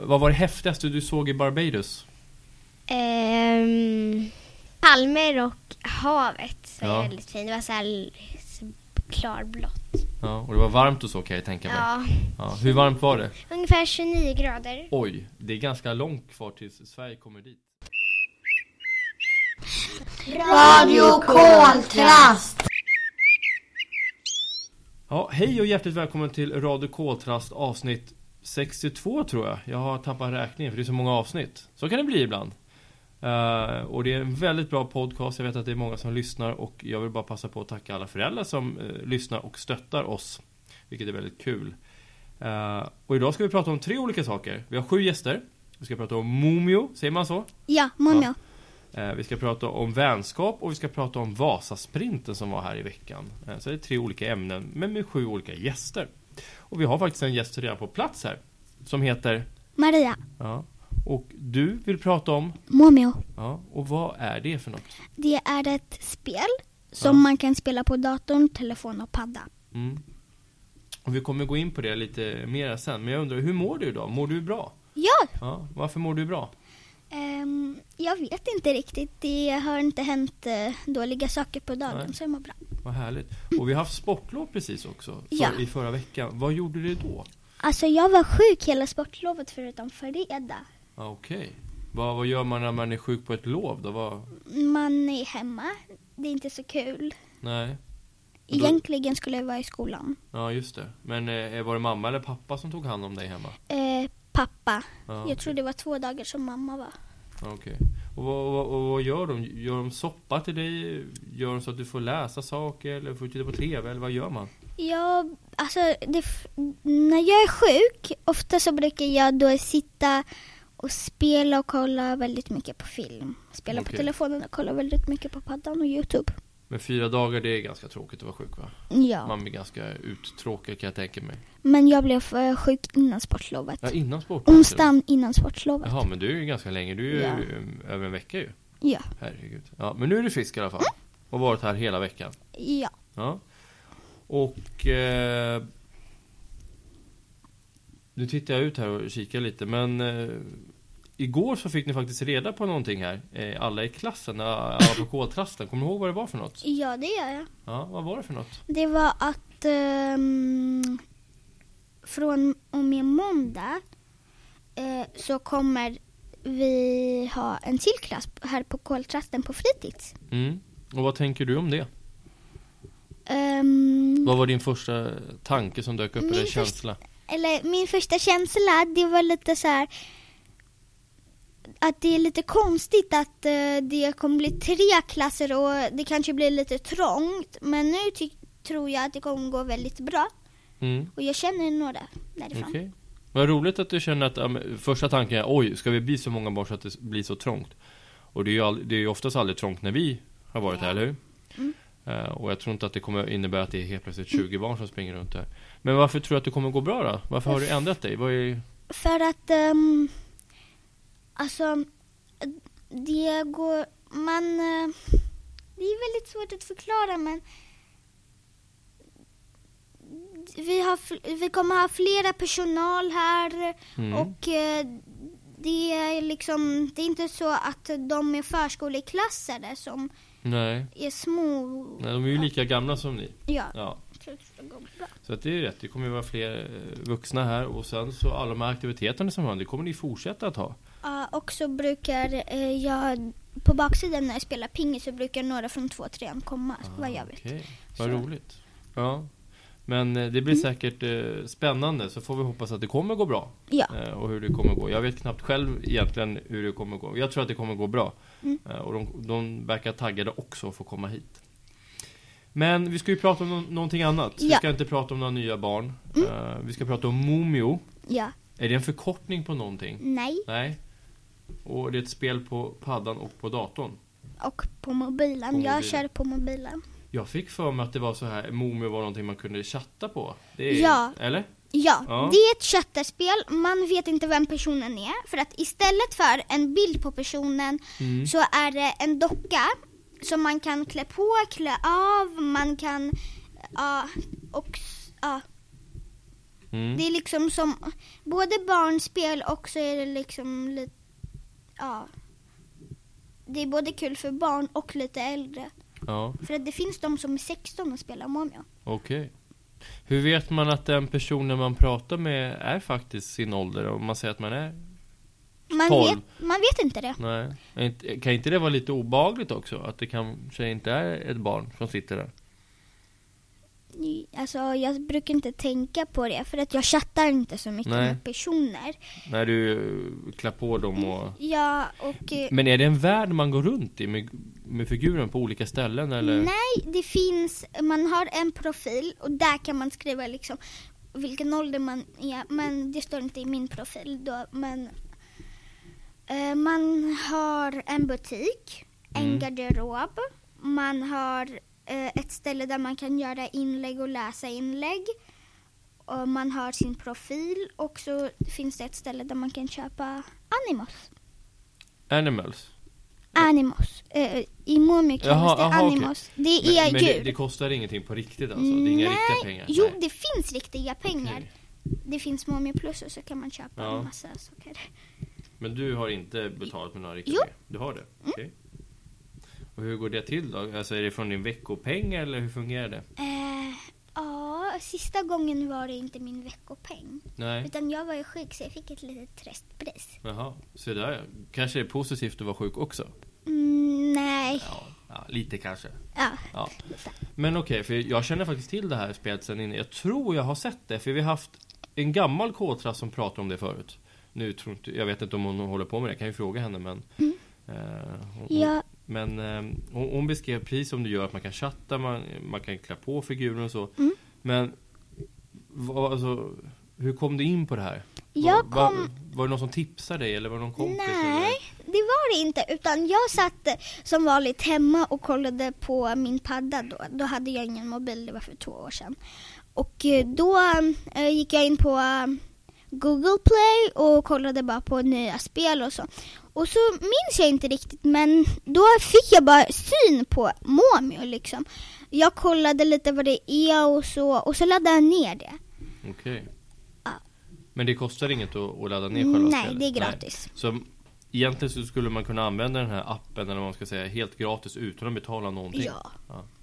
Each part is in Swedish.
Vad var det häftigaste du såg i Barbados? Palmer och havet. Så Ja. väldigt fint. Det var så här klarblått. Ja, och det var varmt och så kan jag tänka mig. Ja. Ja, hur varmt var det? Ungefär 29 grader. Oj, det är ganska långt kvar tills Sverige kommer dit. Radio Koltrast. Ja, hej och hjärtligt välkommen till Radio Koltrast avsnitt 62 tror jag. Jag har tappat räkningen för det är så många avsnitt. Så kan det bli ibland. Och det är en väldigt bra podcast. Jag vet att det är många som lyssnar och jag vill bara passa på att tacka alla föräldrar som lyssnar och stöttar oss. Vilket är väldigt kul. Och idag ska vi prata om 3 olika saker. Vi har 7 gäster. Vi ska prata om Mumio, säger man så? Ja, Mumio. Ja. Vi ska prata om vänskap och vi ska prata om Vasasprinten som var här i veckan. Så det är 3 olika ämnen men med 7 olika gäster. Och vi har faktiskt en gäst redan på plats här som heter Maria. Ja. Och du vill prata om Mumio. Ja, och vad är det för något? Det är ett spel som man kan spela på datorn, telefon och padda. Mm. Och vi kommer gå in på det lite mer sen. Men jag undrar, hur mår du idag? Mår du bra? Ja. Varför mår du bra? Jag vet inte riktigt. Det har inte hänt dåliga saker på dagen. Nej. Så jag mår bra. Vad härligt. Och vi har haft sportlov precis också. Ja. I förra veckan. Vad gjorde du då? Alltså jag var sjuk hela sportlovet förutom fredag. Okej. Vad gör man när man är sjuk på ett lov då? Man är hemma. Det är inte så kul. Nej. Egentligen skulle jag vara i skolan. Ja, just det. Men var det mamma eller pappa som tog hand om dig hemma? Pappa. Ja, Jag tror det var 2 dagar som mamma var. Okej. Och vad gör de? Gör de soppa till dig? Gör de så att du får läsa saker? Eller får titta på tv? Eller vad gör man? Ja, alltså när jag är sjuk, ofta så brukar jag då sitta och spela och kolla väldigt mycket på film. Spela på telefonen och kolla väldigt mycket på paddan och YouTube. Men 4 dagar, det är ganska tråkigt att vara sjuk, va? Ja. Man blir ganska uttråkad kan jag tänka mig. Men jag blev sjuk innan sportlovet. Ja, innan sportlovet. Onsdagen innan sportlovet. Jaha, men du är ju ganska länge. Du är ju över en vecka ju. Ja. Herregud. Ja, men nu är du frisk i alla fall. Och varit här hela veckan. Ja. Ja. Och nu tittar jag ut här och kikar lite. Men igår så fick ni faktiskt reda på någonting här. Alla i klassen, alla på koltrasten. Kommer du ihåg vad det var för något? Ja, det gör jag. Ja, vad var det för något? Det var att från och med måndag så kommer vi ha en till klass här på koltrasten på fritids. Mm. Och vad tänker du om det? Vad var din första tanke som dök upp eller känsla? Min första känsla, det var lite så här att det är lite konstigt att det kommer bli 3 klasser och det kanske blir lite trångt. Men nu tror jag att det kommer gå väldigt bra. Mm. Och jag känner några därifrån. Okay. Vad roligt att du känner att första tanken är, oj, ska vi bli så många barn så att det blir så trångt? Och det är ju oftast aldrig trångt när vi har varit här, eller hur? Mm. Och jag tror inte att det kommer innebära att det är helt plötsligt 20 barn som springer runt här. Men varför tror du att det kommer gå bra då? Varför har du ändrat dig? För att alltså det går det är väldigt svårt att förklara, men vi kommer ha flera personal här. Och det är liksom, det är inte så att de är förskoleklassare som är små. Nej, de är ju lika gamla som ni. Ja. Så att det är rätt, det kommer ju vara fler vuxna här. Och sen så alla de här aktiviteterna som har, det kommer ni fortsätta att ha. Och så brukar jag på baksidan när jag spelar pingis så brukar några från 2-3 komma, vad jag vet. Okej. Vad roligt. Ja. Men det blir säkert spännande, så får vi hoppas att det kommer gå bra. Ja. Och hur det kommer gå. Jag vet knappt själv egentligen hur det kommer gå. Jag tror att det kommer gå bra. Och de verkar taggade också att få komma hit. Men vi ska ju prata om någonting annat. Ja. Vi ska inte prata om några nya barn. Vi ska prata om Mumio. Ja. Är det en förkortning på någonting? Nej. Och det är ett spel på paddan och på datorn. Och på mobilen. Jag kör på mobilen. Jag fick för mig att det var så här, Mumio var någonting man kunde chatta på. Eller? Ja, det är ett chattarspel. Man vet inte vem personen är. För att istället för en bild på personen så är det en docka som man kan klä på, klä av. Man kan Det är liksom som både barnspel och så är det liksom lite, det är både kul för barn och lite äldre. Ja. För att det finns de som är 16 och spelar Momio. Okej. Hur vet man att den personen man pratar med är faktiskt sin ålder? Om man säger att man är 12? Man vet inte det. Nej. Kan inte det vara lite obehagligt också? Att det kanske inte är ett barn som sitter där? Alltså jag brukar inte tänka på det. För att jag chattar inte så mycket med personer. När du klär på dem och... Ja, och... Men är det en värld man går runt i med figuren på olika ställen? Eller? Nej, det finns... Man har en profil och där kan man skriva liksom vilken ålder man är. Men det står inte i min profil då. Men man har en butik, en garderob. Man har ett ställe där man kan göra inlägg och läsa inlägg. Och man har sin profil. Och så finns det ett ställe där man kan köpa Animos. I Momio kallas det Animos. Okay. Det är men djur. Det kostar ingenting på riktigt alltså? Det är inga riktiga pengar? Jo, det finns riktiga pengar. Okay. Det finns Momio Plus och så kan man köpa en massa saker. Men du har inte betalat med några riktiga pengar? Du har det? Okay. Och hur går det till då? Alltså är det från din veckopeng eller hur fungerar det? Ja, sista gången var det inte min veckopeng. Nej. Utan jag var ju sjuk så jag fick ett litet tröstpris. Jaha, så där. Kanske är det positivt att vara sjuk också? Nej. Ja, lite kanske. Ja. Men okej, för jag känner faktiskt till det här spelet sen innan. Jag tror jag har sett det, för vi har haft en gammal Koltrast som pratade om det förut. Nu tror inte, jag vet inte om hon håller på med det, jag kan ju fråga henne, men... Men hon beskrev precis som du gör att man kan chatta, man kan klä på figurer och så. Men alltså, hur kom du in på det här? Var det någon som tipsade dig eller var det någon kompis? Nej, det var det inte. Utan jag satt som vanligt hemma och kollade på min padda då. Då hade jag ingen mobil, det var för 2 år sedan. Och då gick jag in på Google Play och kollade bara på nya spel och så. Och så minns jag inte riktigt, men då fick jag bara syn på Momio liksom. Jag kollade lite vad det är och så laddade jag ner det. Okej. Ja. Men det kostar inget att ladda ner själva spelet? Nej, det är gratis. Nej. Så egentligen så skulle man kunna använda den här appen, eller vad man ska säga, helt gratis utan att betala någonting? Ja.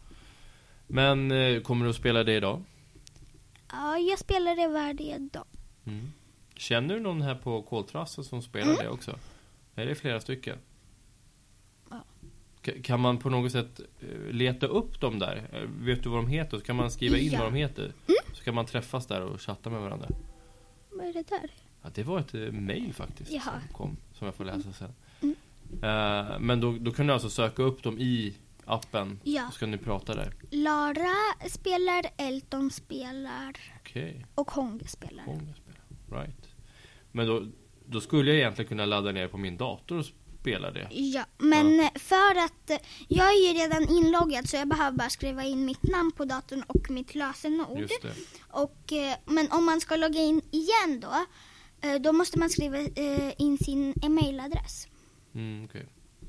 Men kommer du att spela det idag? Ja, jag spelar det varje dag. Känner du någon här på Koltrast som spelar det också? Är det flera stycken? Ja. Kan man på något sätt leta upp dem där? Vet du vad de heter? Så kan man skriva in vad de heter. Så kan man träffas där och chatta med varandra. Vad är det där? Ja, det var ett mejl faktiskt som kom, som jag får läsa sen. Men då kan du alltså söka upp dem i appen. Så ska ni prata där. Lara spelar, Elton spelar. Okej. Och Honge spelar. Right. Men då skulle jag egentligen kunna ladda ner på min dator och spela det. Ja, men för att jag är ju redan inloggad så jag behöver bara skriva in mitt namn på datorn och mitt lösenord. Just det. Och, men om man ska logga in igen då måste man skriva in sin e-mailadress. Okej.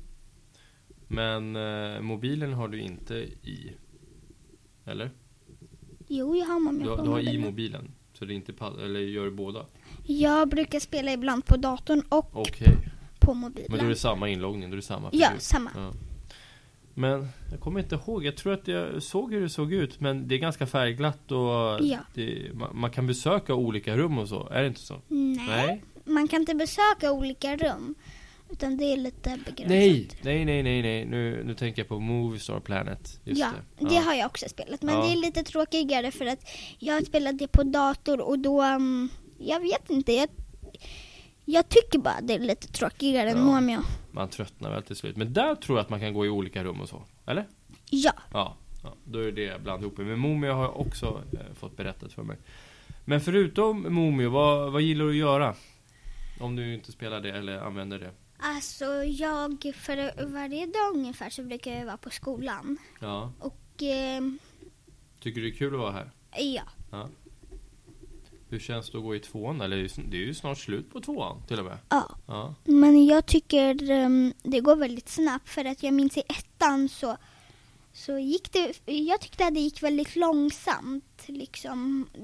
Men mobilen har du inte i, eller? Jo, jag har mobilen. Du har i mobilen, så det är inte eller gör du båda? Jag brukar spela ibland på datorn och på mobilen. Men då är det samma inloggning, då är det samma figur. Ja, samma. Ja. Men jag kommer inte ihåg, jag tror att jag såg hur det såg ut, men det är ganska färgglatt och man kan besöka olika rum och så, är det inte så? Nej. Man kan inte besöka olika rum. Utan det är lite begränsat. Nej. Nu tänker jag på Movie Star Planet. Just det har jag också spelat. Men det är lite tråkigare för att jag har spelat det på dator och då... jag vet inte. Jag tycker bara det är lite tråkigare än Momio. Man tröttnar väl till slut. Men där tror jag att man kan gå i olika rum och så. Eller? Ja, då är det bland ihop. Men Momio har jag också fått berättat för mig. Men förutom Momio, vad gillar du att göra? Om du inte spelar det eller använder det. Alltså jag för varje dag ungefär så brukar jag vara på skolan. Ja. Och tycker du det är kul att vara här? Ja. Hur känns det att gå i 2:an? Eller det är ju snart slut på 2:an till och med. Ja. Men jag tycker det går väldigt snabbt för att jag minns i 1:an så gick det, jag tyckte att det gick väldigt långsamt liksom.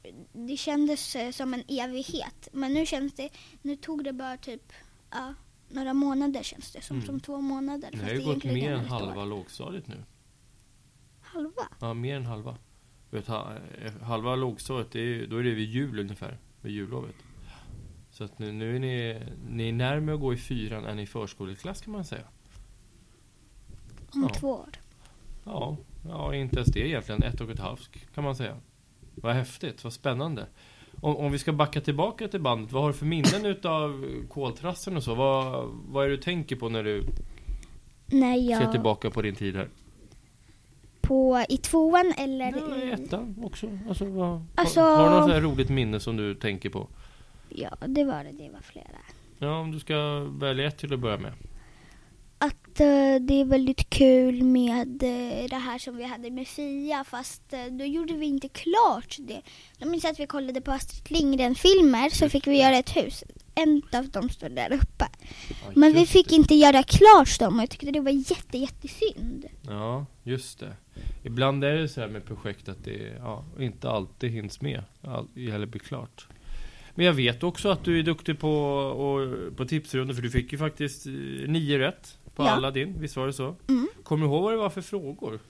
det kändes som en evighet. Men nu tog det bara typ några månader, känns det som 2 månader. Det har ju gått mer än halva lågstadiet nu. Halva? Ja, mer än halva. Halva lågstadiet, då är det vid jul ungefär, vid jullovet. Så att nu är ni är närmare att gå i 4 än i förskoleklass, kan man säga. Om 2 år. Ja, inte ens det egentligen. 1,5 kan man säga. Vad häftigt, vad spännande. Om vi ska backa tillbaka till bandet, vad har du för minnen utav koltrassen och så? Vad är det du tänker på när du ser tillbaka på din tid här? I 2:an eller i 1:an också? Har du något så här roligt minne som du tänker på? Ja, det var flera. Ja, om du ska välja ett till att börja med. Att det är väldigt kul med det här som vi hade med Fia, fast då gjorde vi inte klart det. Jag minns att vi kollade på Astrid Lindgren-filmer, så fick vi göra ett hus. En av dem stod där uppe. Men vi fick inte göra klart dem, och jag tyckte det var jättesynd. Ja, just det. Ibland är det så här med projekt att det inte alltid hinns med. Eller blir klart. Men jag vet också att du är duktig på tipsrundor, för du fick ju faktiskt 9 rätt på alla din. Visst var det så? Mm. Kommer du ihåg vad det var för frågor?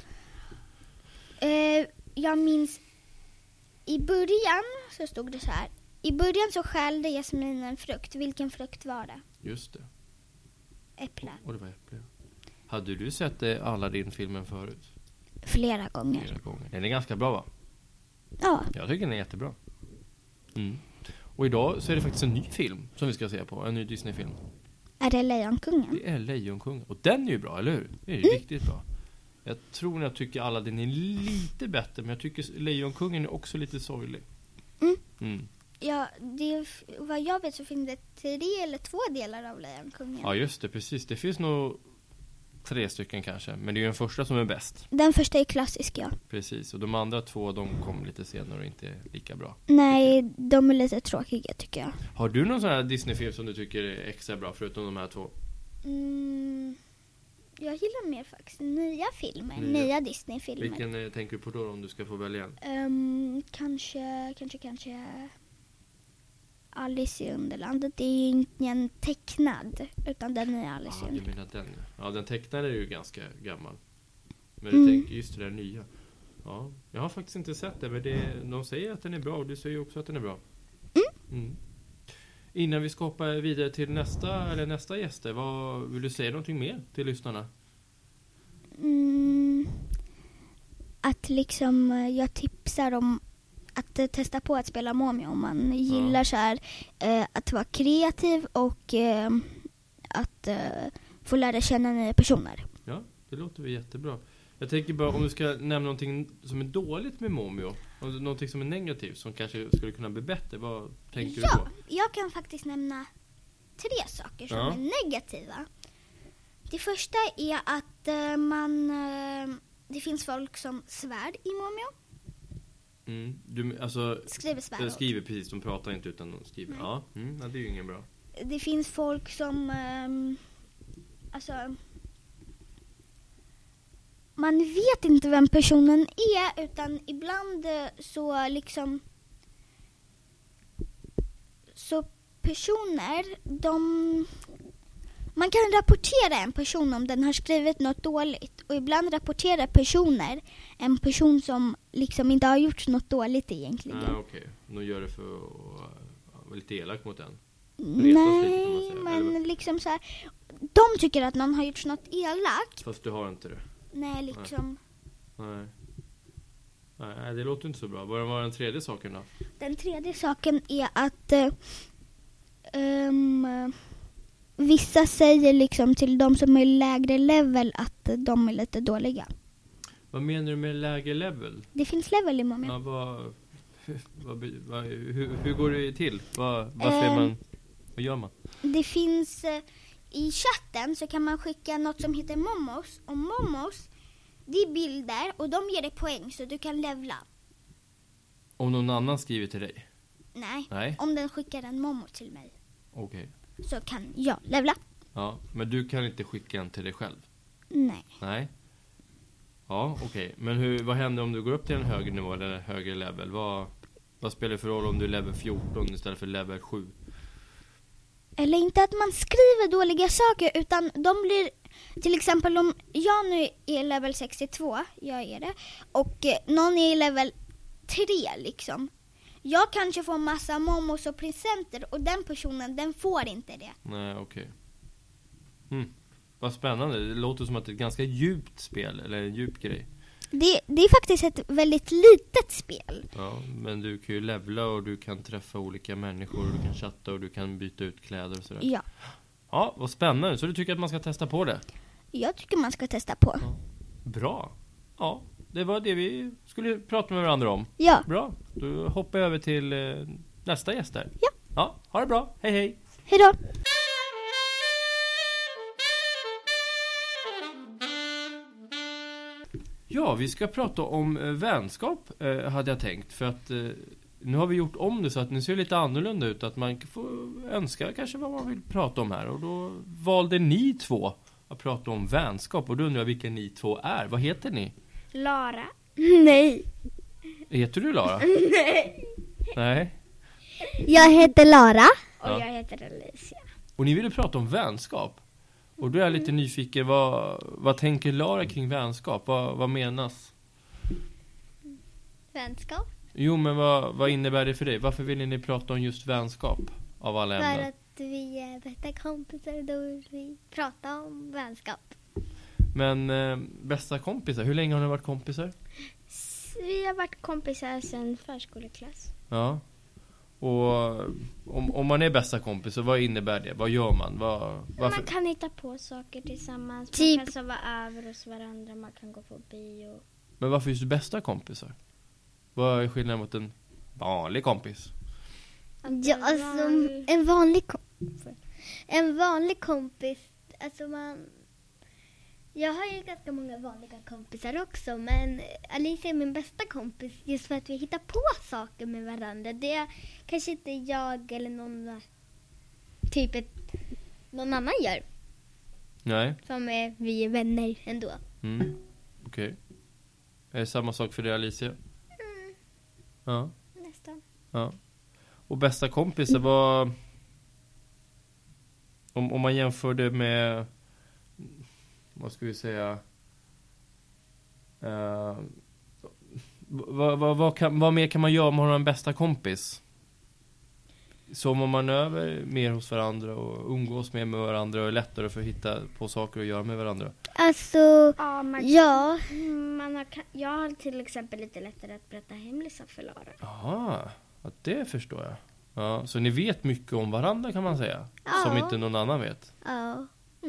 Jag minns i början så stod det så här. I början så skällde Jasmin en frukt. Vilken frukt var det? Just det. Äpple. Och det var äpple. Hade du sett Aladdin-filmen förut? Flera gånger. Den är ganska bra, va? Ja. Jag tycker den är jättebra. Mm. Och idag så är det faktiskt en ny film som vi ska se på. En ny Disney-film. Är det Lejonkungen? Det är Lejonkungen. Och den är ju bra, eller hur? Det är ju riktigt bra. Jag tror jag tycker Aladdin är lite bättre, men jag tycker Lejonkungen är också lite sorglig. Mm. Ja, vad jag vet så finns det 3 eller 2 delar av Lejonkungen. Ja, just det, precis. Det finns nog 3 stycken kanske, men det är ju den första som är bäst. Den första är klassisk, ja. Precis, och de andra 2, de kom lite senare och inte är lika bra. Nej, de är lite tråkiga, tycker jag. Har du någon sån här Disney-film som du tycker är extra bra, förutom de här 2? Jag gillar mer faktiskt nya Disney-filmer. Vilken tänker du på då, om du ska få välja en? Kanske Alice i Underlandet. Det är ju inte en tecknad, utan den är Alice i Underlandet. Den. Ja, den tecknade är ju ganska gammal. Men du tänker just det där nya. Ja, jag har faktiskt inte sett det, men de säger att den är bra, och du säger också att den är bra. Mm. Innan vi ska hoppa vidare till nästa gäster, vill du säga någonting mer till lyssnarna? Att liksom jag tipsar om att testa på att spela Momio om man gillar så här att vara kreativ och att få lära känna nya personer. Ja, det låter väl jättebra. Jag tänker bara, om du ska nämna någonting som är dåligt med Momio, någonting som är negativt som kanske skulle kunna bli bättre, vad tänker du på? Jag kan faktiskt nämna 3 saker som är negativa. Det första är att det finns folk som svär i Momio. Skriver precis, de pratar inte utan de skriver. Ja, det är ju ingen bra. Det finns folk som man vet inte vem personen är, utan ibland så personer, man kan rapportera en person om den har skrivit något dåligt, och ibland rapporterar personer en person som liksom inte har gjort något dåligt egentligen. Okej. De gör det för att vara lite elak mot den. Nej, men liksom så här, de tycker att någon har gjort något elakt. Fast du har inte det. Nej, liksom. Nej, det låter inte så bra. Vad var den tredje saken då? Den tredje saken är att vissa säger liksom till de som är lägre level att de är lite dåliga. Vad menar du med lägre level? Det finns level i Momio. Hur går det till? Vad gör man? Det finns i chatten så kan man skicka något som heter momos. Och momos, det är bilder och de ger dig poäng så du kan levla. Om någon annan skriver till dig? Nej. Om den skickar en momo till mig. Okej. Så kan jag levla. Ja, men du kan inte skicka en till dig själv? Nej. Ja, okej. Men vad händer om du går upp till en högre nivå eller en högre level? Vad spelar det för roll om du är level 14 istället för level 7? Eller inte att man skriver dåliga saker, utan de blir... Till exempel om jag nu är level 62, jag är det, och någon är i level 3 liksom. Jag kanske får massa momos och presenter och den personen, den får inte det. Nej, okej. Vad spännande. Det låter som att det är ett ganska djupt spel, eller en djup grej. Det är faktiskt ett väldigt litet spel. Ja, men du kan ju levla och du kan träffa olika människor och du kan chatta och du kan byta ut kläder och sådär. Ja. Ja, vad spännande. Så du tycker att man ska testa på det? Jag tycker man ska testa på. Ja. Bra. Ja, det var det vi skulle prata med varandra om. Ja. Bra. Då hoppar jag över till nästa gäst där. Ja. Ja, ha det bra. Hej hej. Hej då. Ja, vi ska prata om vänskap hade jag tänkt. För att nu har vi gjort om det så att nu ser det lite annorlunda ut. Att man får önska kanske vad man vill prata om här. Och då valde ni två att prata om vänskap. Och då undrar jag vilka ni två är. Vad heter ni? Lara. Nej. Heter du Lara? Nej. Nej. Jag heter Lara. Och Ja. jag heter Alicia. Och ni ville prata om vänskap. Och då är jag lite nyfiken. Vad tänker Lara kring vänskap? Vad menas? Vänskap. Jo, men vad innebär det för dig? Varför ville ni prata om just vänskap av alla För ämnen? att vi är bästa kompisar, då vill vi prata om vänskap. Men bästa kompisar, hur länge har ni varit kompisar? Vi har varit kompisar sedan förskoleklass. Ja. Och om man är bästa kompisar, vad innebär det? Vad gör man? Varför? Man kan hitta på saker tillsammans. Typ- Man kan sova över hos varandra. Man kan gå på bio. Men varför just bästa kompisar? Vad är skillnaden mot en vanlig kompis? Ja, alltså en vanlig kompis, alltså jag har ju ganska många vanliga kompisar också, men Alicia är min bästa kompis just för att vi hittar på saker med varandra. Det är kanske inte jag eller någon annan gör, Nej. som vi är vänner ändå. Okej. Är det samma sak för dig, Alicia? Ja. Nästan. Ja. Och bästa kompisar var... Om man jämför det med... Vad ska vi säga? Vad mer kan man göra om man har en bästa kompis? Sover man över mer hos varandra och umgås mer med varandra och är lättare för att hitta på saker att göra med varandra? Alltså, Ja, jag har till exempel lite lättare att berätta hemlisar för Lara. Jaha, ja, det förstår jag. Ja, så ni vet mycket om varandra kan man säga. Ja. Som inte någon annan vet. ja.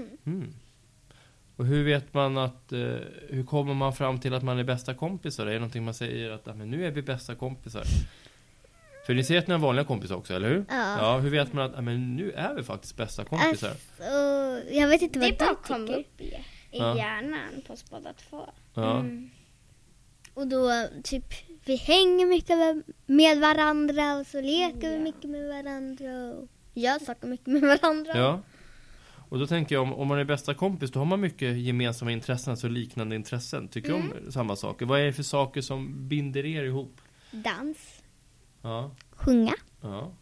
Och hur vet man att... hur kommer man fram till att man är bästa kompisar? Är det någonting man säger att men nu är vi bästa kompisar? För ni ser att ni har vanliga kompisar också, eller hur? Ja. Hur vet man att men nu är vi faktiskt bästa kompisar? Alltså, jag vet inte Det vad är bara du att komma tycker. upp i Ja. hjärnan på oss båda två. Ja. Och då vi hänger mycket med varandra och så leker vi mycket med varandra och gör saker mycket med varandra. Ja. Och då tänker jag, om man är bästa kompis, då har man mycket gemensamma intressen, alltså liknande intressen. Tycker om samma saker. Vad är det för saker som binder er ihop? Dans. Ja. Sjunga. Ja.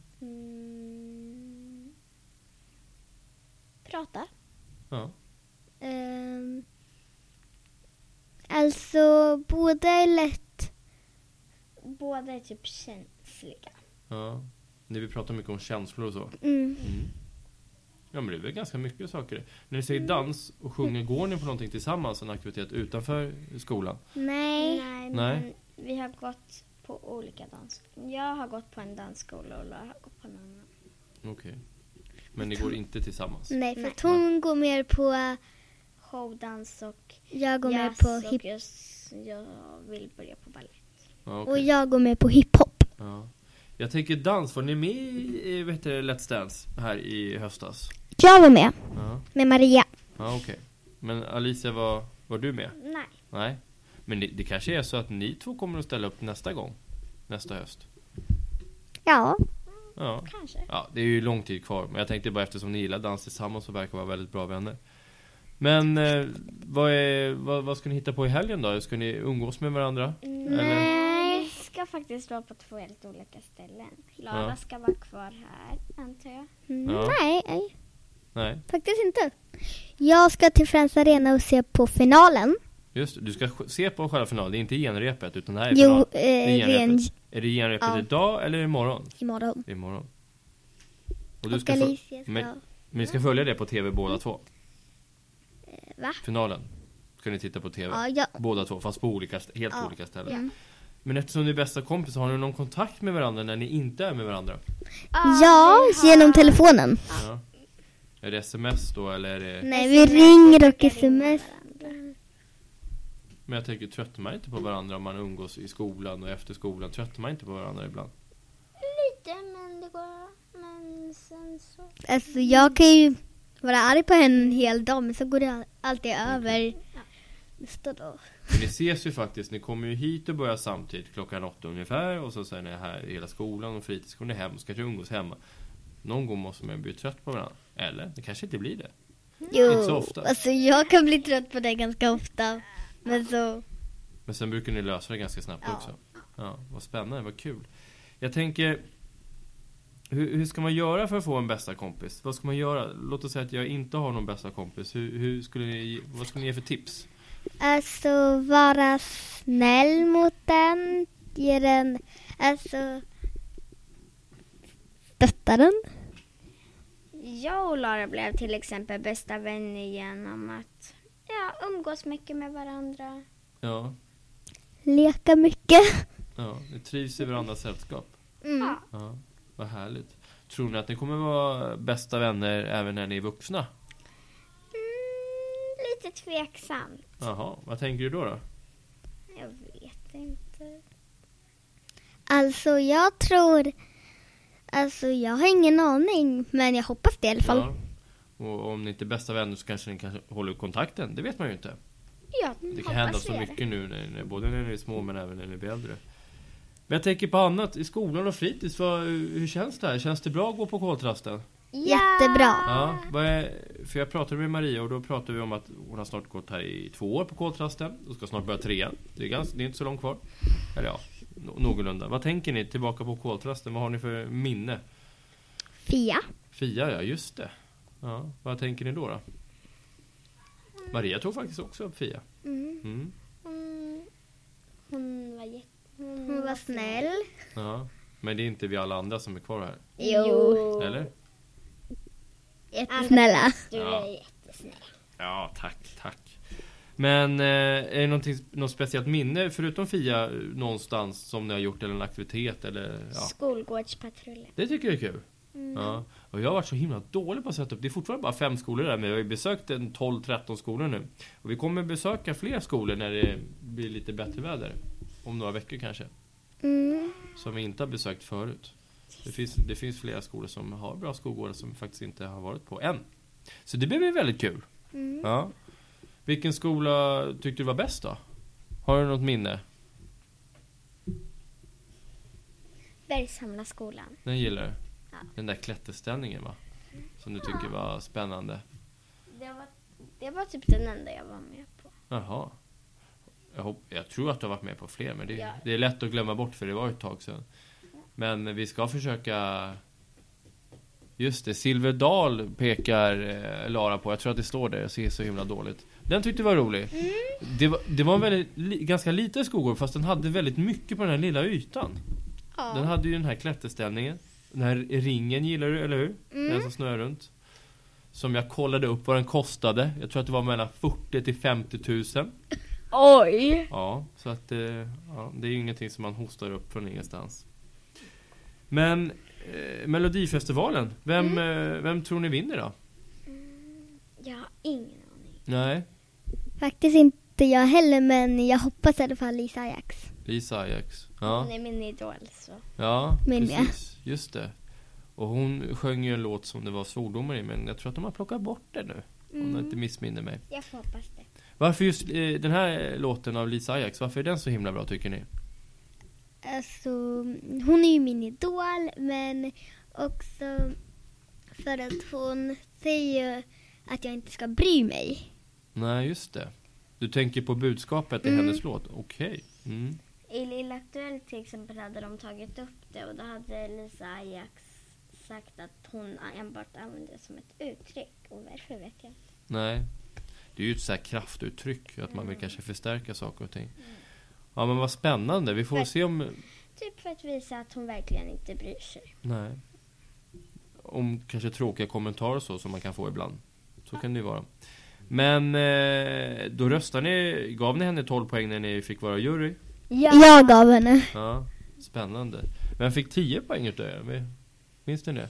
Prata. Ja. Alltså, båda är lätt. Båda är typ känsliga. Ja. Ni vill prata mycket om känslor och så. Ja, men det är väl ganska mycket saker. När ni säger dans och sjunger, går ni på någonting tillsammans, en aktivitet utanför skolan? Nej. Men vi har gått på olika Jag har gått på en dansskola och Lara har gått på en annan. Okej. Men ni går inte tillsammans? Nej, för att hon går mer på... Showdans och Jag går mer jazz på och jag vill börja på balett. Ja, Och okej. jag går med på hiphop. Ja. Jag tänker dans, var ni med i Let's Dance här i höstas? Jag var med. Ja, Med Maria. ja okej. Men Alicia, var du med? Nej. Nej. Men det kanske är så att ni två kommer att ställa upp nästa gång. Nästa höst. Ja. Ja. Kanske. Ja, det är ju lång tid kvar. Men jag tänkte bara, eftersom ni gillar dans tillsammans så verkar vara väldigt bra vänner. Men vad ska ni hitta på i helgen då? Ska ni umgås med varandra? Nej, ska faktiskt vara på 2 helt olika ställen. Lara ska vara kvar här, antar jag. Ja. Nej, Nej, faktiskt inte. Jag ska till Friends Arena och se på finalen. just det. Du ska se på själva finalen. Det är inte genrepet, utan det här är final. Det är genrepet. Är det genrepet idag eller imorgon? Imorgon. Imorgon. Och Och Alicia ska... Men ni ska följa det på tv båda två? Va? Finalen ska ni titta på tv. Ja. Båda två, fast på helt olika ställen. Mm. Men eftersom ni är bästa kompis, har ni någon kontakt med varandra när ni inte är med varandra? Ja, genom telefonen. Ja. Är det sms då, eller är det... Nej, vi ringer och sms. Men jag tänker, tröttar man inte på varandra om man umgås i skolan och efter skolan? Tröttar man inte på varandra ibland? Lite, men det går... Men sen så... Alltså, jag kan ju vara arg på henne en hel dag, men så går det alltid över nästa dag. Men ni ses ju faktiskt, ni kommer ju hit och börjar samtidigt 8:00 ungefär. Och så är ni här i hela skolan och fritids kommer ni hem och ska umgås hemma. Någon gång måste man bli trött på varandra. Eller, det kanske inte blir det. Inte så ofta. Alltså jag kan bli trött på det ganska ofta. Men sen brukar ni lösa det ganska snabbt också. Ja, vad spännande, vad kul. Jag tänker, hur ska man göra för att få en bästa kompis? Vad ska man göra? Låt oss säga att jag inte har någon bästa kompis. Vad skulle ni ge för tips? Alltså vara snäll mot den. Ge den, alltså stötta den. Jag och Lara blev till exempel bästa vänner genom att umgås mycket med varandra. Ja. Leka mycket. Ja, ni trivs i varandras sällskap. Mm. Ja, vad härligt. Tror ni att ni kommer vara bästa vänner även när ni är vuxna? Lite tveksamt. Jaha, vad tänker du då? Jag vet inte. Alltså jag tror... Alltså jag har ingen aning, men jag hoppas det i alla fall. Ja. Och om ni inte är bästa vänner så kanske ni kan hålla kontakten. Det vet man ju inte. Ja, Det kan hända så mycket nu, både när ni är små men även när ni blir äldre. Men jag tänker på annat, i skolan och fritids, hur känns det här? Känns det bra att gå på Koltrasten? Jättebra. Ja, för jag pratade med Maria och då pratade vi om att hon har snart gått här i 2 år på Koltrasten och ska snart börja 3. Det är inte så långt kvar. Eller ja, någorlunda. Vad tänker ni tillbaka på Koltrasten? Vad har ni för minne? Fia, ja, just det. Ja, vad tänker ni då? Maria tog faktiskt också upp Fia. Hon Hon var snäll. Ja, men det är inte vi alla andra som är kvar här. Jo. Eller? Jättesnälla. Du är jättesnäll. Ja, tack. Men är det något speciellt minne förutom Fia någonstans som ni har gjort eller en aktivitet eller Skolgårdspatrullen. Det tycker jag är kul. Ja. Och jag har varit så himla dålig på att sätta upp. Det är fortfarande bara 5 skolor där, men jag har ju besökt 12-13 skolor nu. Och vi kommer besöka fler skolor när det blir lite bättre väder. Om några veckor kanske. Som vi inte har besökt förut. Det finns flera skolor som har bra skolgårdar som vi faktiskt inte har varit på än. Så det blir väldigt kul. Ja. Vilken skola tyckte du var bäst då? Har du något minne? Bergshamla skolan. Den gillar du? Ja. Den där klätterställningen va? Som du tycker var spännande. Det var typ den enda jag var med på. Jaha. Jag tror att du har varit med på fler, men det är lätt att glömma bort för det var ett tag sedan. Men vi ska försöka... Just det, Silverdal pekar Lara på. Jag tror att det står där, jag ser så himla dåligt. Den tyckte jag var rolig. Det var en ganska liten skogård, fast den hade väldigt mycket på den här lilla ytan. Ja. Den hade ju den här klätterställningen. Den här ringen gillar du, eller hur? Den som snurrar runt. Som jag kollade upp vad den kostade. Jag tror att det var mellan 40 till 50 000. Oj! Ja, så att det är ju ingenting som man hostar upp från ingenstans. Men Melodifestivalen, vem tror ni vinner då? Jag har ingen aning. Nej. Faktiskt inte jag heller, men jag hoppas i alla fall Lisa Ajax. Lisa Ajax. Ja. Hon är min idol så. Ja, Min precis. Just det. Och hon sjöng ju en låt som det var svordomar i, men jag tror att de har plockat bort det nu. Om jag inte missminner mig. Jag får hoppas det. Varför just den här låten av Lisa Ajax, varför är den så himla bra tycker ni? Alltså, hon är ju min idol, men också för att hon säger att jag inte ska bry mig. Nej, just det. Du tänker på budskapet i hennes låt. Okej. i Lilla Aktuellt till exempel hade de tagit upp det och då hade Lisa Ajax sagt att hon enbart använde det som ett uttryck. Och varför vet jag inte. Nej, det är ju ett så här kraftuttryck att man vill kanske förstärka saker och ting. Ja, men vad spännande. Vi får se om... Typ för att visa att hon verkligen inte bryr sig. Nej. Om kanske tråkiga kommentarer så som man kan få ibland. Så kan det ju vara. Men då gav ni henne 12 poäng när ni fick vara jury? Ja. Jag gav henne. Ja, spännande. Men fick 10 poäng utav er? Minns ni det?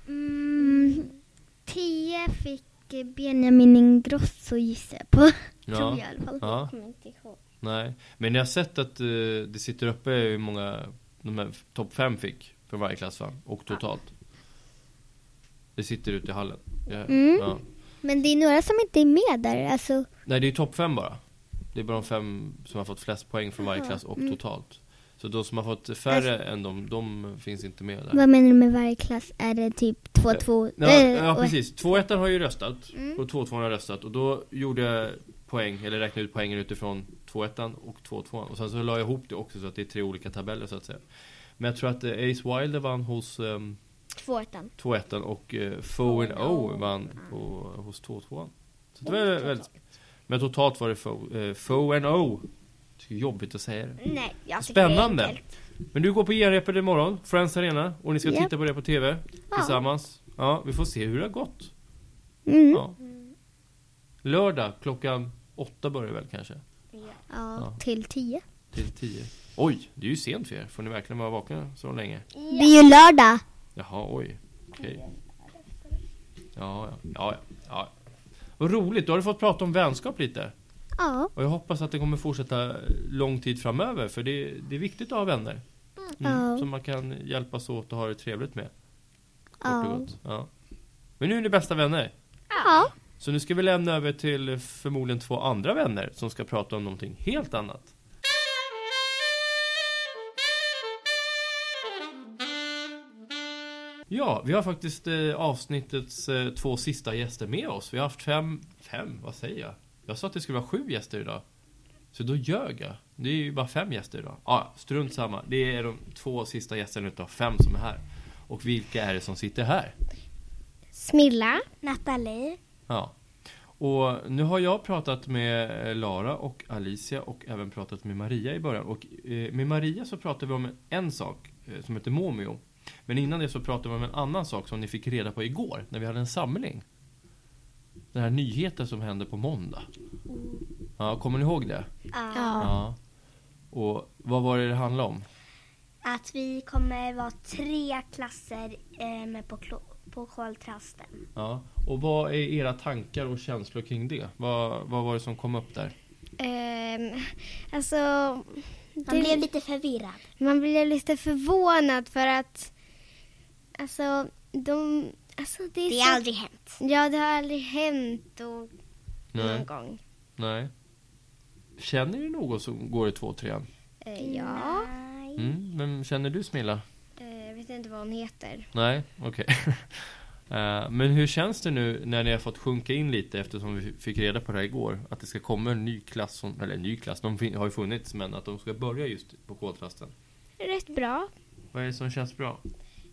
10 fick Benjamin Ingrosso gissar jag på. Ja. Tror jag i alla fall. Ja. Jag kommer inte ihåg. Nej, men jag har sett att det sitter uppe hur många de här topp 5 fick för varje klass, va? Och totalt. Det sitter ute i hallen. Ja. Men det är några som inte är med där. Alltså. Nej, det är topp 5 bara. Det är bara de 5 som har fått flest poäng från varje klass och totalt. Så de som har fått färre än de finns inte med där. Vad menar du med varje klass? Är det typ 2-2? Ja, precis. 2-1 har ju röstat. Och 2-2 har röstat. Och då gjorde jag poäng, eller räknade ut poängen utifrån 2-1 och 2-2. Och sen så la jag ihop det också så att det är 3 olika tabeller så att säga. Men jag tror att Ace Wilder vann hos 2-1 och Foe and O vann hos 2-2. Så det var väldigt... Men totalt var det Foe and O. Det är jobbigt att säga det. Nej, jag spännande. Det är enkelt. Men du går på genrepet imorgon, Friends Arena, och ni ska titta på det på TV tillsammans. Ja, vi får se hur det har gått. Ja. Lördag klockan 8 börjar väl kanske? Ja, till 10. Till 10. Oj, det är ju sent för er. Får ni verkligen vara vakna så länge? Det är ju lördag. Jaha, oj. Okej. Ja. Vad roligt, då har du fått prata om vänskap lite. Ja. Och jag hoppas att det kommer fortsätta lång tid framöver. För det är viktigt att ha vänner. Som man kan hjälpas åt och ha det trevligt med. Kort och gott. Ja. Men nu är ni bästa vänner. Ja. Så nu ska vi lämna över till förmodligen 2 andra vänner som ska prata om någonting helt annat. Ja, vi har faktiskt avsnittets 2 sista gäster med oss. Vi har haft 5, vad säger jag? Jag sa att det skulle vara 7 gäster idag. Så då ljög jag. Det är ju bara 5 gäster idag. Ja, strunt samma. Det är de 2 sista gästerna utav 5 som är här. Och vilka är det som sitter här? Smilla. Nathalie. Ja. Och nu har jag pratat med Lara och Alicia och även pratat med Maria i början. Och med Maria så pratade vi om en sak som heter Momio. Men innan det så pratade vi om en annan sak som ni fick reda på igår när vi hade en samling. Den här nyheten som hände på måndag. Ja, kommer ni ihåg det? Ja. Och vad var det handlade om? Att vi kommer vara 3 klasser med på koltrasten. Ja. Och vad är era tankar och känslor kring det? Vad var det som kom upp där? Alltså... Man blev lite förvirrad. Man blev lite förvånad för att... Alltså, det har aldrig hänt. Ja, det har aldrig hänt någon gång. Nej. Känner ni någon som går i 2-3? Ja. Men känner du Smilla? Jag vet inte vad hon heter. Nej, okej. Men hur känns det nu när ni har fått sjunka in lite eftersom vi fick reda på det här igår? Att det ska komma en ny klass, eller en ny klass, de har ju funnits, men att de ska börja just på koltrasten. Rätt bra. Vad är det som känns bra?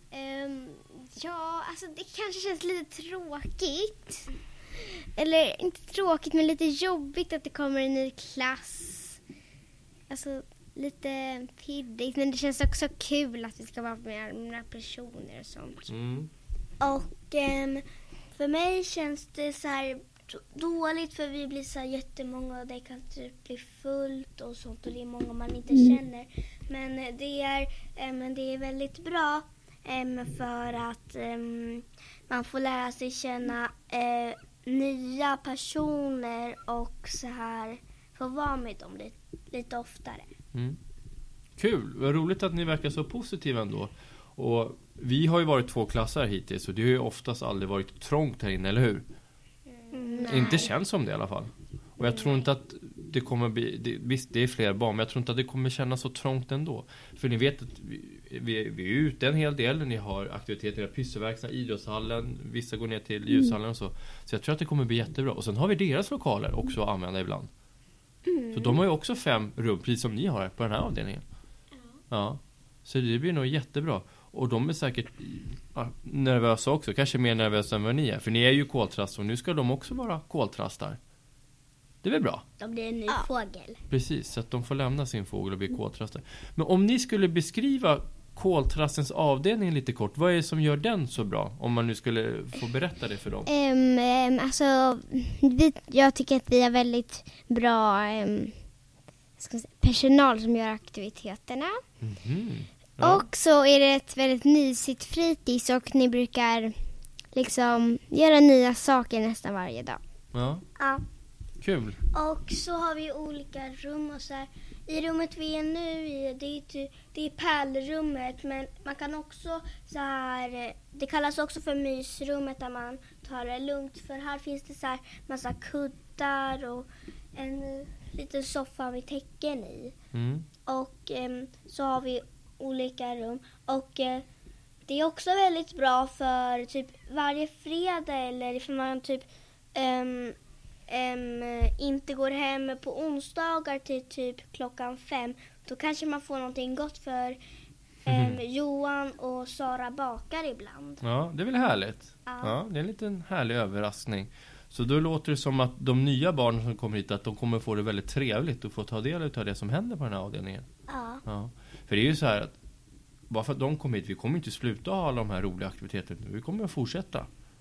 Ja, alltså det kanske känns lite tråkigt. Eller inte tråkigt, men lite jobbigt att det kommer en ny klass. Alltså lite pirrigt, men det känns också kul att vi ska vara med några personer och sånt. Och för mig känns det så här dåligt för vi blir så här jättemånga och det kan typ bli fullt och sånt och det är många man inte känner. Men det är väldigt bra för att man får lära sig känna nya personer och så här få vara med dem lite oftare. Kul, vad roligt att ni verkar så positiva ändå. Och vi har ju varit 2 klasser hittills och det har ju oftast aldrig varit trångt här inne, eller hur? Inte känns som det i alla fall. Och jag tror inte att det kommer bli... Visst, det är fler barn, men jag tror inte att det kommer kännas så trångt ändå. För ni vet att vi är ute en hel del. Ni har aktiviteter i pysselverksamhet, idrottshallen. Vissa går ner till ljushallen och så. Så jag tror att det kommer bli jättebra. Och sen har vi deras lokaler också att använda ibland. Så de har ju också 5 rum, precis som ni har på den här avdelningen. Ja, så det blir nog jättebra. Och de är säkert nervösa också. Kanske mer nervösa än vad ni är. För ni är ju koltrast och nu ska de också vara koltrastar. Det är väl bra? De blir en ny fågel. Precis, så att de får lämna sin fågel och bli koltrastar. Men om ni skulle beskriva koltrastens avdelning lite kort. Vad är det som gör den så bra? Om man nu skulle få berätta det för dem. Alltså, jag tycker att vi har väldigt bra personal som gör aktiviteterna. Ja. Och så är det ett väldigt mysigt fritids och ni brukar liksom göra nya saker nästan varje dag. Ja, Ja. kul. Och så har vi olika rum och så här. I rummet vi är nu i, det är pärlrummet, men man kan också så här, det kallas också för mysrummet där man tar det lugnt, för här finns det så här massa kuddar och en liten soffa med tecken i. Och så har vi olika rum och det är också väldigt bra för typ varje fredag eller ifall man typ inte går hem på onsdagar till typ 5:00, då kanske man får någonting gott för Johan och Sara bakar ibland. Ja, det är väl härligt. Ja, det är en liten härlig överraskning. Så då låter det som att de nya barnen som kommer hit, att de kommer få det väldigt trevligt och få ta del av det som händer på den här avdelningen. Ja. För det är ju så här att bara för att de kommer hit, vi kommer inte sluta ha alla de här roliga aktiviteterna. Vi kommer att fortsätta.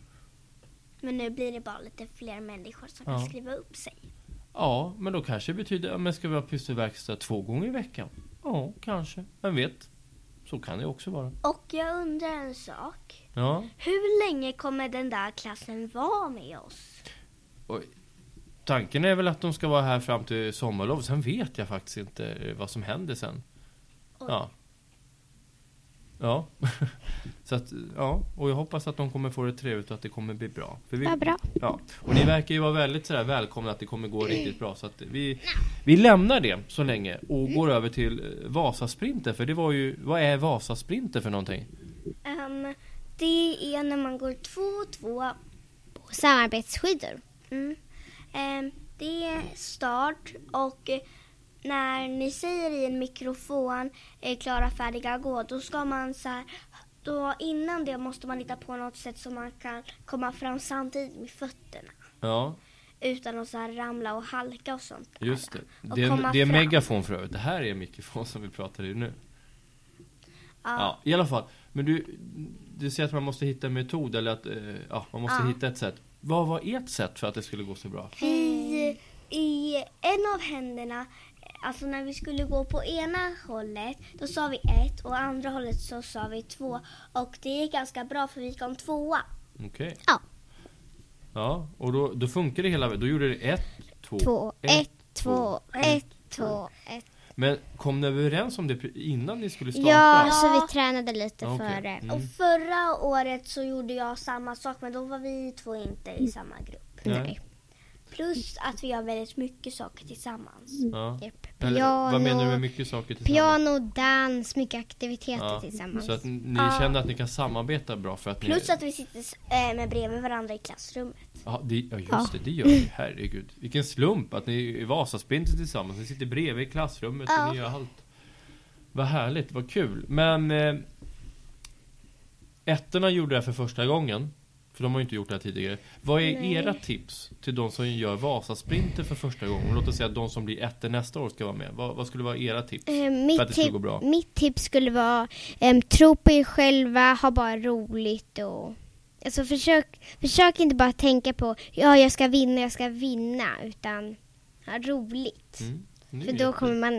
Men nu blir det bara lite fler människor som kan skriva upp sig. Ja, men då kanske det betyder, men ska vi ha pysselverkstad 2 gånger i veckan? Ja, kanske. Vem vet? Så kan det också vara. Och jag undrar en sak. Ja. Hur länge kommer den där klassen vara med oss? Och tanken är väl att de ska vara här fram till sommarlov. Sen vet jag faktiskt inte vad som händer sen. Ja. Ja. Så att, ja. Och jag hoppas att de kommer få det trevligt och att det kommer bli bra. För vi, bra. Ja. Och ni verkar ju vara väldigt sådär välkomna att det kommer gå riktigt bra. Så att vi lämnar det så länge och går över till Vasasprinter. För det var ju, vad är Vasasprinter för någonting? Det är när man går 2-2 På samarbetsskidor. Det är start och när ni säger i en mikrofon klara, färdiga, gå, då ska man så här, då innan det måste man hitta på något sätt så man kan komma fram samtidigt med fötterna. Ja. Utan att så här ramla och halka och sånt. Just det. Och Det är megafon för övrigt. Det här är mikrofon som vi pratar i nu. Ja, i alla fall. Men du säger att man måste hitta en metod eller att man måste hitta ett sätt. Vad var ert sätt för att det skulle gå så bra? I en av händerna, alltså när vi skulle gå på ena hållet, då sa vi 1 och andra hållet så sa vi 2. Och det gick ganska bra för vi kom 2. Okej. Ja. Ja, och då funkar det hela vägen. Då gjorde det 1, 2, 1, 2, 1, 2, 1. Men kom ni överens om det innan ni skulle starta? Ja, så vi tränade lite före. Och förra året så gjorde jag samma sak, men då var vi 2 inte i samma grupp. Nej. Plus att vi gör väldigt mycket saker tillsammans. Ja. Piano, vad menar du med mycket saker tillsammans? Piano, dans, mycket aktiviteter tillsammans. Så att ni känner att ni kan samarbeta bra för att plus att vi sitter med bredvid varandra i klassrummet. Ja, just det gör vi. Herregud. Vilken slump att ni i Vasasprinter tillsammans. Ni sitter bredvid i klassrummet och ni gör allt. Vad härligt, vad kul. Men ettorna gjorde det här för första gången. För de har ju inte gjort det här tidigare. Vad är era tips till de som gör Vasasprinter för första gången? Låt oss säga att de som blir ettor nästa år ska vara med. Vad skulle vara era tips för att det skulle gå bra? Mitt tips skulle vara tro på er själva, ha bara roligt och alltså försök inte bara tänka på jag ska vinna utan ha roligt. För då kommer man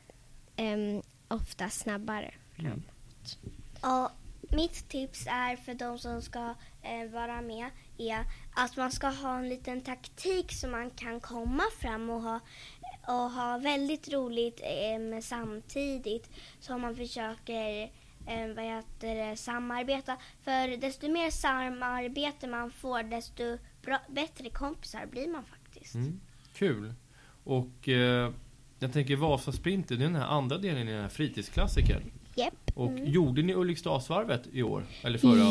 ofta snabbare framåt. Ja, mitt tips är för de som ska vara med är att man ska ha en liten taktik så man kan komma fram och ha väldigt roligt samtidigt som man försöker samarbeta. För desto mer samarbete man får, desto bättre kompisar blir man faktiskt. Kul. Och jag tänker Vasasprinter, det är den här andra delen i den här fritidsklassikern. Yep. Och gjorde ni Ulriksdalsvarvet i år? Eller förra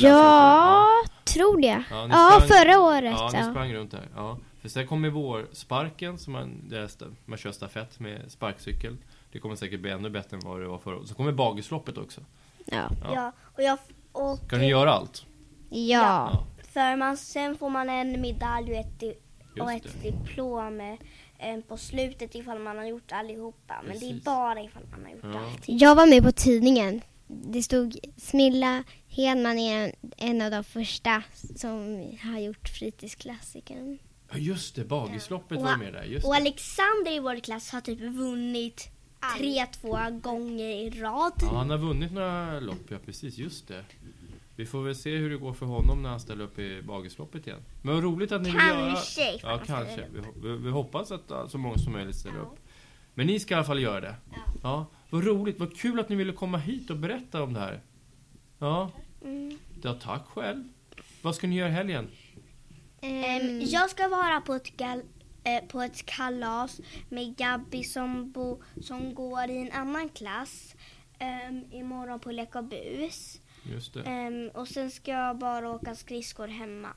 tror det. Ja, förra året. Ja, ni sprang runt där. Ja. För sen kommer vårsparken som man kör stafett med sparkcykel. Det kommer säkert bli ännu bättre än vad det var förra. Så kommer bagisloppet också. Ja. Ja, och Ska ni göra allt? Ja. för sen får man en medalj och Just ett det. diplom på slutet ifall man har gjort allihopa. Men det är Precis. bara ifall man har gjort allt. Jag var med på tidningen. Det stod Smilla Hedman är en av de första som har gjort fritidsklassikern. Ja, just det. Bagisloppet var med där. Just Och det. Alexander i vår klass har typ vunnit 3-2 gånger i rad. Ja, han har vunnit några lopp, ja precis, just det. Vi får väl se hur det går för honom när han ställer upp i bagisloppet igen. Men vad roligt att ni vill göra... Kanske. Ja, kanske. Vi hoppas att så många som möjligt ställer upp. Men ni ska i alla fall göra det. Ja. Vad roligt, vad kul att ni ville komma hit och berätta om det här. Ja. Ja, tack själv. Vad ska ni göra i helgen? Jag ska vara på ett kalas med Gabby som går i en annan klass imorgon på Lek och bus. Just det. Och sen ska jag bara åka skridskor hemma.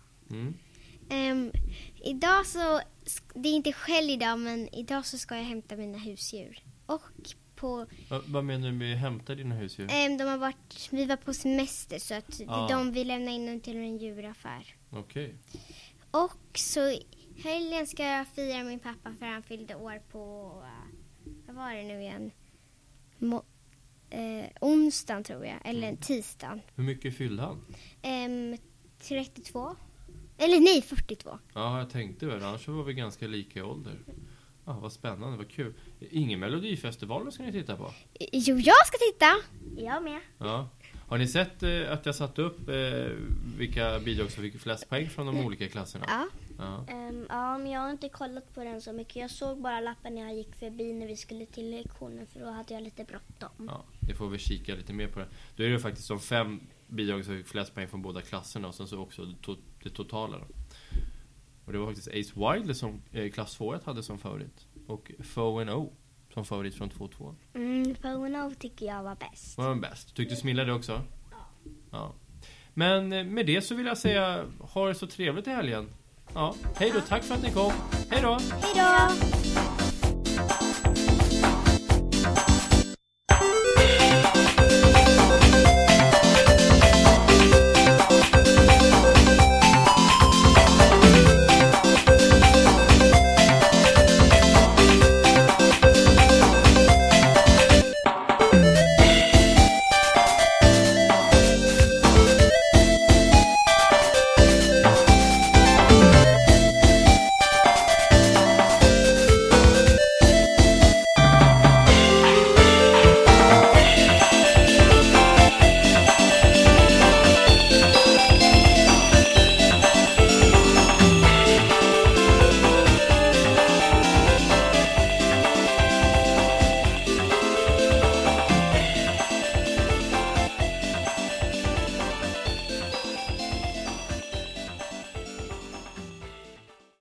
Idag så, det är inte själv idag, men idag så ska jag hämta mina husdjur. Och på, Vad menar du med hämta dina husdjur? vi var på semester så att vi lämnar in dem till en djuraffär. Okej. Och så helgen ska jag fira min pappa för han fyllde år på, vad var det nu igen? Onsdagen tror jag, eller tisdagen. Hur mycket fyllde han? 32. Eller nej, 42. Ja, jag tänkte väl. Annars var vi ganska lika i ålder. Ja, vad spännande, vad kul. Ingen Melodifestival ska ni titta på? Jo, jag ska titta. Jag med. Ja. Har ni sett att jag satt upp vilka bidrag som fick flest poäng från de olika klasserna? Ja. Ja. Men jag har inte kollat på den så mycket. Jag såg bara lappen när jag gick förbi när vi skulle till lektionen för då hade jag lite bråttom. Ja, det får vi kika lite mer på det. Då är det faktiskt de 5 bidrag som fick flest poäng från båda klasserna och sen så också det totala då. Och det var faktiskt Ace Wilder som klass 2 hade som favorit. Och Foe&O som favorit från 2-2. Foe&O tycker jag var bäst. Var den bäst? Tyckte du Smilla det också? Ja. Men med det så vill jag säga ha det så trevligt i helgen. Ja, hej då, tack för att ni kom. Hej då! Hej då!